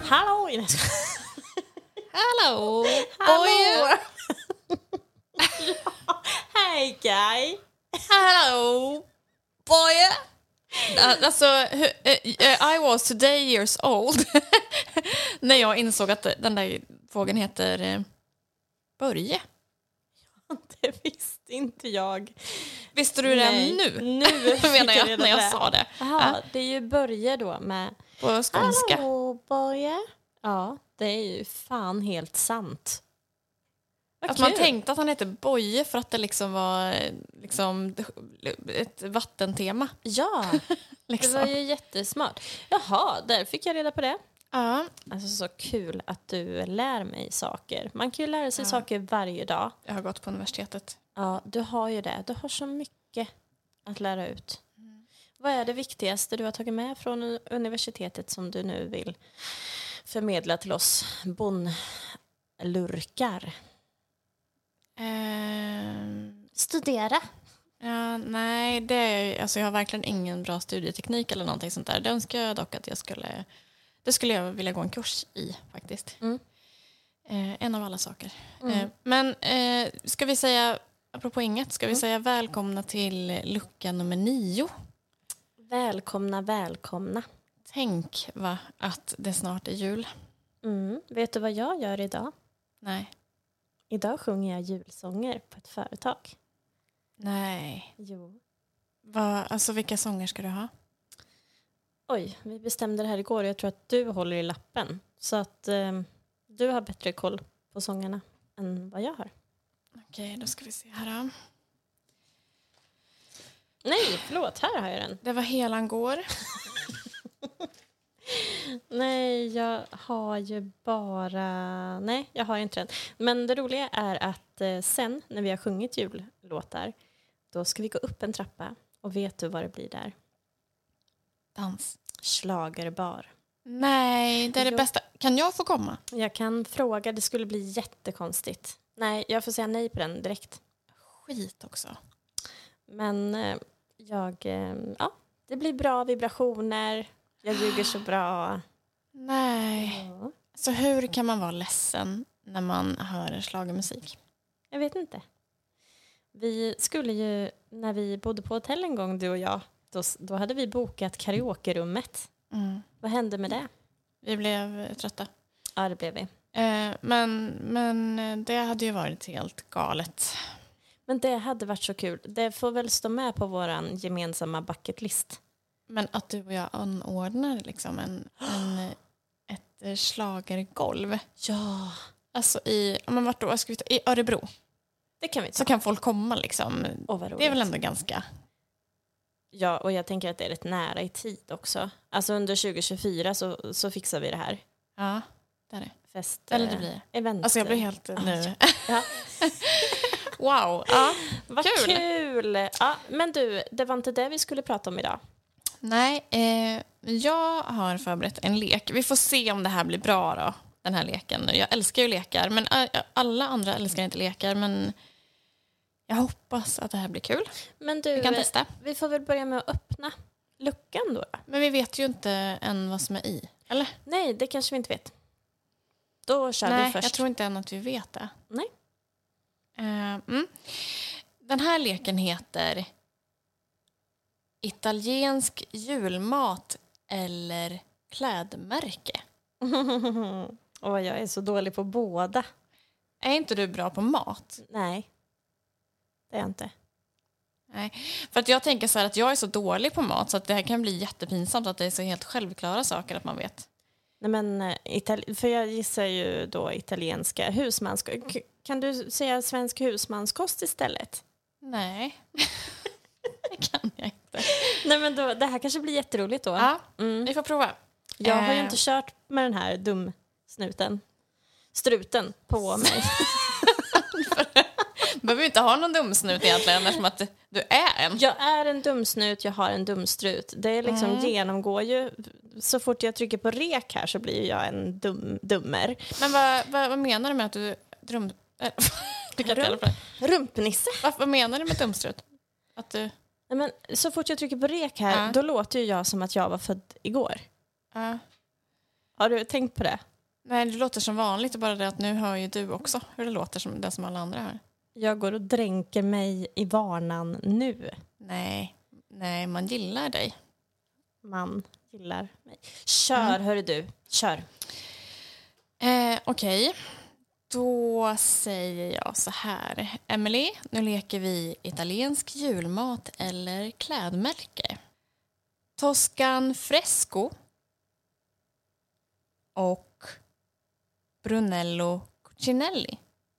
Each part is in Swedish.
Hallå Ines. Hallå! Hallå! Hej Guy. Hallå! Boy! Alltså, I was today years old när jag insåg att den där fågeln heter Börje. Det visste inte jag. Visste du det nu? Nu menar jag när jag sa det. Jaha, det är ju Börje då med... På skånska. Hallå Börje. Ja, det är ju fan helt sant. Att man tänkte att han hette Boje för att det liksom var liksom ett vattentema. Ja, liksom. Det var ju jättesmart. Jaha, där fick jag reda på det. Ja. Alltså så kul att du lär mig saker. Man kan ju lära sig saker varje dag. Jag har gått på universitetet. Ja, du har ju det. Du har så mycket att lära ut. Vad är det viktigaste du har tagit med från universitetet som du nu vill förmedla till oss bonlurkar? Studera. Ja, nej, alltså jag har verkligen ingen bra studieteknik eller någonting sånt där. Det önskar jag dock att det skulle jag vilja gå en kurs i faktiskt. En av alla saker. Men ska vi säga, apropå inget, ska vi säga välkomna till lucka nummer 9. Välkomna. Tänk att det snart är jul. Vet du vad jag gör idag? Nej. Idag sjunger jag julsånger på ett företag. Nej. Jo. Alltså vilka sånger ska du ha? Oj, vi bestämde det här igår och jag tror att du håller i lappen. Så att du har bättre koll på sångerna än vad jag har. Okej, då ska vi se här då. Nej, förlåt, här har jag den. Det var Helan går. Nej, jag har ju bara... Nej, jag har inte den. Men det roliga är att sen när vi har sjungit jullåtar då ska vi gå upp en trappa och vet du vad det blir där? Dans. Schlagerbar. Nej, det är det bästa. Kan jag få komma? Jag kan fråga, det skulle bli jättekonstigt. Nej, jag får säga nej på den direkt. Skit också. Men det blir bra vibrationer. Jag ljuger så bra. Nej. Ja. Så hur kan man vara ledsen när man hör schlagermusik? Jag vet inte. Vi skulle ju, när vi bodde på hotell en gång, du och jag, då hade vi bokat karaokerummet. Vad hände med det? Vi blev trötta. Ja, det blev vi. Men det hade ju varit helt galet. Men det hade varit så kul. Det får väl stå med på våran gemensamma bucketlist. Men att du och jag anordnar liksom ett schlagergolv. Ja. Alltså vart då? Ska vi ta? I Örebro. Det kan vi ta. Så kan folk komma liksom. Det är väl ändå ganska... Ja, och jag tänker att det är rätt nära i tid också. Alltså under 2024 så fixar vi det här. Ja, det är det. Fest. Eller det blir event. Alltså jag blir helt nu... Ja. Wow, ja, vad kul! Ja, men du, det var inte det vi skulle prata om idag. Nej, jag har förberett en lek. Vi får se om det här blir bra då, den här leken. Jag älskar ju lekar, men alla andra älskar inte lekar, men jag hoppas att det här blir kul. Men du, vi kan testa. Vi får väl börja med att öppna luckan då. Men vi vet ju inte än vad som är i, eller? Nej, det kanske vi inte vet. Då kör vi först. Nej, jag tror inte än att vi vet det. Nej. Den här leken heter italiensk julmat eller klädmärke. Jag är så dålig på båda. Är inte du bra på mat? Nej, det är jag inte. Nej, för att jag tänker så här att jag är så dålig på mat så att det här kan bli jättepinsamt att det är så helt självklara saker att man vet. Nej, men för jag gissar ju då italienska husmanskost. Kan du säga svensk husmanskost istället? Nej, det kan jag inte. Nej, men då, det här kanske blir jätteroligt då. Ja, vi får prova. Jag har ju inte kört med den här struten på mig. Du behöver ju inte ha någon dumsnut egentligen eftersom att du är en. Jag är en dumsnut, jag har en dumstrut. Det är liksom genomgår ju. Så fort jag trycker på rek här så blir jag en dummer. Men vad menar du med att du rumpnisse? Vad menar du med dumstrut? Att du... Nej, men så fort jag trycker på rek här då låter ju jag som att jag var född igår. Har du tänkt på det? Nej, det låter som vanligt. Bara det att nu hör ju du också hur det låter som det som alla andra hör. Jag går och dränker mig i varnan nu. Nej, man gillar dig. Man gillar mig. Kör, hörru du. Kör. Okej. Då säger jag så här. Emily, nu leker vi italiensk julmat eller klädmärke. Toscan Fresco och Brunello Cucinelli.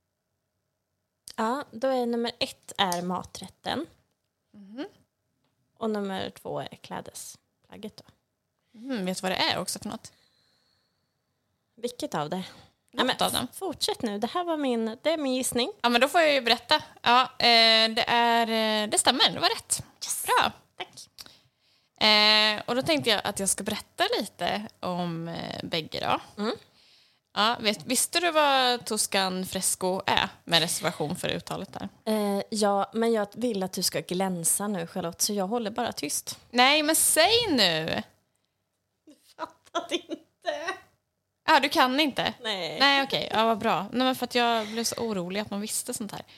Ja, då är nummer 1 är maträtten. Och nummer 2 är klädesplagget då. Vet du vad det är också för något? Vilket av det? Något av dem. Fortsätt nu, det är min gissning. Ja, men då får jag ju berätta. Ja, det stämmer, det var rätt. Yes. Bra. Tack. Och då tänkte jag att jag ska berätta lite om bägge då. Ja, visste du vad Toscan Fresco är med reservation för uttalet där? Ja, men jag vill att du ska glänsa nu, Charlotte, så jag håller bara tyst. Nej, men säg nu! Fattat inte. Ja, du kan inte? Nej. Okej. Ja, vad bra. Nej, men för att jag blev så orolig att man visste sånt här.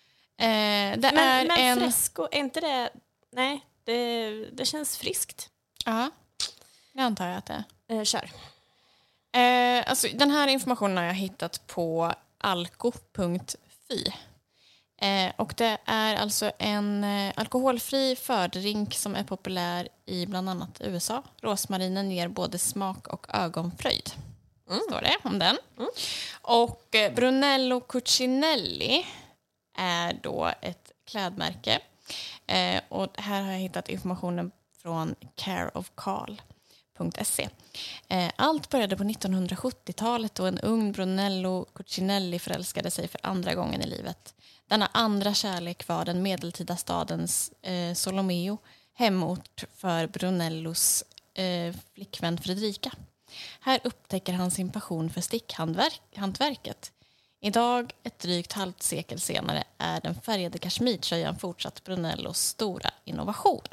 Men Fresco, är inte det... Nej, det känns friskt. Ja, det antar jag att det är. Kör. Alltså, den här informationen har jag hittat på alko.fi. Och det är alltså en alkoholfri fördrink som är populär i bland annat USA. Rosmarinen ger både smak och ögonfröjd. Står det om den. Och Brunello Cucinelli är då ett klädmärke. Och här har jag hittat informationen från careofcarl.se. Allt började på 1970-talet då en ung Brunello Cucinelli förälskade sig för andra gången i livet. Denna andra kärlek var den medeltida stadens Solomeo, hemort för Brunellos flickvän Fredrika. Här upptäcker han sin passion för stickhantverket. Idag, ett drygt halvt sekel senare, är den färgade kashmirtröjan fortsatt Brunellos stora innovation.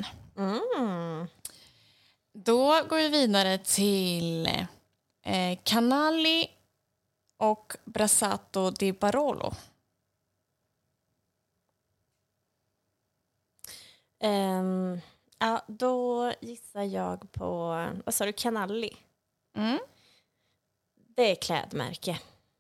Då går vi vidare till Canali och Brassato di Barolo. Ja, då gissar jag på... Vad sa du? Canali? Det är klädmärke.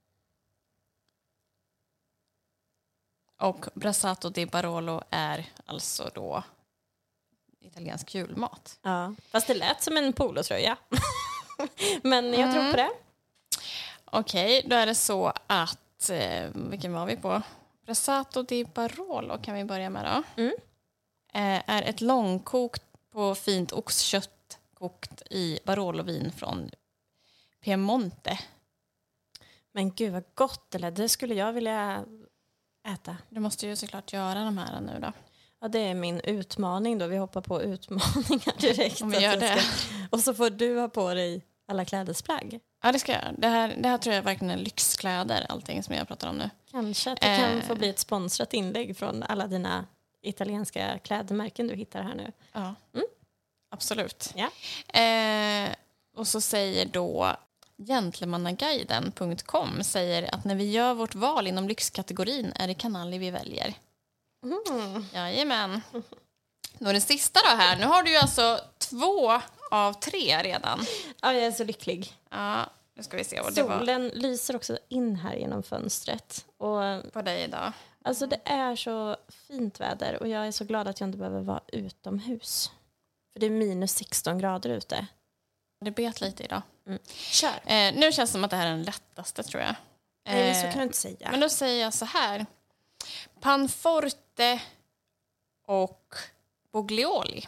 Och Brassato di Barolo är alltså då italiensk julmat. Ja, fast det lät som en polotröja. Men jag tror på det. Okej, då är det så att... vilken var vi på? Brassato di Barolo kan vi börja med då. Är ett långkokt på fint oxkött kokt i Barolovin från Piemonte. Men gud vad gott det lät. Det skulle jag vilja äta. Du måste ju såklart göra de här nu då. Ja, det är min utmaning då. Vi hoppar på utmaningar direkt. Om vi gör det. Och så får du ha på dig alla klädesplagg. Ja, det ska jag. Det här tror jag verkligen är lyxkläder, allting som jag pratar om nu. Kanske att det kan få bli ett sponsrat inlägg från alla dina italienska klädmärken du hittar här nu. Ja, absolut. Ja. Och så säger då gentlemannaguiden.com säger att när vi gör vårt val inom lyxkategorin är det Canali vi väljer. Jajamän. Då är det sista då här. Nu har du ju alltså 2 av 3 redan. Ja, jag är så lycklig. Ja, nu ska vi se. Och solen lyser också in här genom fönstret. Och på dig idag. Alltså det är så fint väder och jag är så glad att jag inte behöver vara utomhus. För det är minus 16 grader ute. Det bet lite idag. Kör. Nu känns det som att det här är den lättaste tror jag. Nej, så kan du inte säga. Men då säger jag så här. Panforte och Boglioli.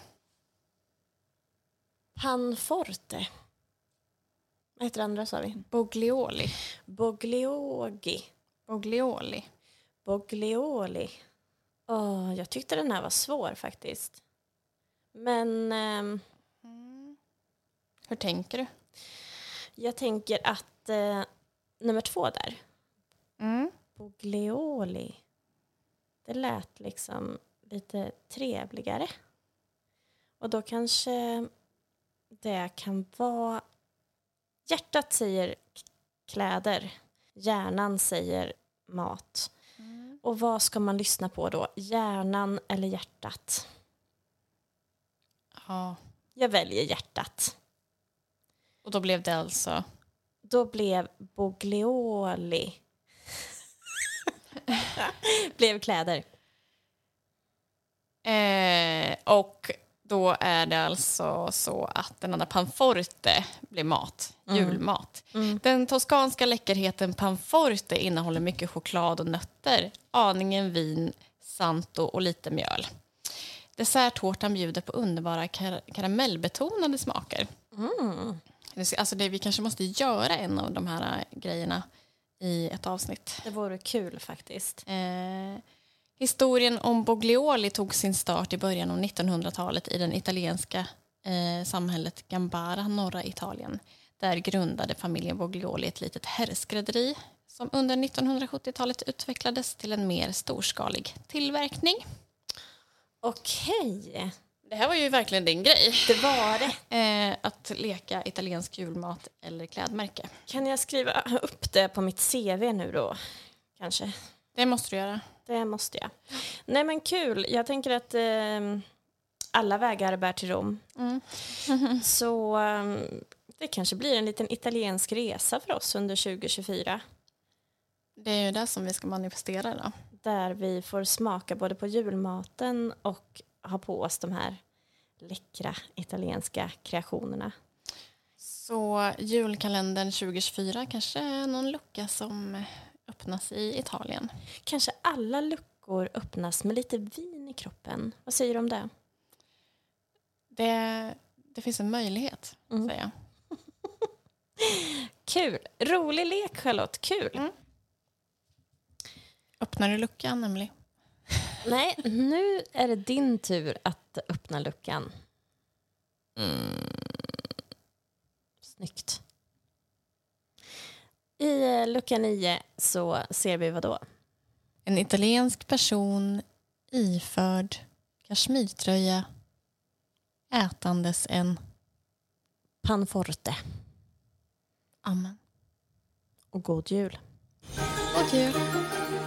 Panforte. Vad heter det andra sa vi? Boglioli. Boglioli. Jag tyckte den här var svår faktiskt. Men... Hur tänker du? Jag tänker att nummer 2 där. Boglioli. Det lät liksom lite trevligare. Och då kanske det kan vara Hjärtat säger kläder. Hjärnan säger mat. Och vad ska man lyssna på då? Hjärnan eller hjärtat? Ja. Jag väljer hjärtat. Och då blev det alltså? Då blev Boglioli. Blev kläder. Och då är det alltså så att den andra panforte blir mat, julmat. Den toskanska läckerheten panforte innehåller mycket choklad och nötter, aningen vin, santo och lite mjöl. Desserttårtan bjuder på underbara karamellbetonade smaker. Alltså vi kanske måste göra en av de här grejerna i ett avsnitt. Det vore kul faktiskt. Historien om Boglioli tog sin start i början av 1900-talet i den italienska samhället Gambara, norra Italien. Där grundade familjen Boglioli ett litet herrskrädderi som under 1970-talet utvecklades till en mer storskalig tillverkning. Okej. Det här var ju verkligen din grej. Det var det. Att leka italiensk julmat eller klädmärke. Kan jag skriva upp det på mitt CV nu då? Kanske. Det måste du göra. Det måste jag. Nej men kul. Jag tänker att alla vägar bär till Rom. Så det kanske blir en liten italiensk resa för oss under 2024. Det är ju det som vi ska manifestera då. Där vi får smaka både på julmaten och ha på oss de här läckra italienska kreationerna. Så julkalendern 2024 kanske är någon lucka som öppnas i Italien. Kanske alla luckor öppnas med lite vin i kroppen. Vad säger du om det? Det finns en möjlighet, säger jag. Kul. Rolig lek, Charlotte. Kul. Öppnar du luckan, Emily? Nej, nu är det din tur att öppna luckan. Snyggt. I lucka 9 så ser vi vad då? En italiensk person iförd kashmirtröja ätandes en Panforte. Amen. Och god jul. God jul.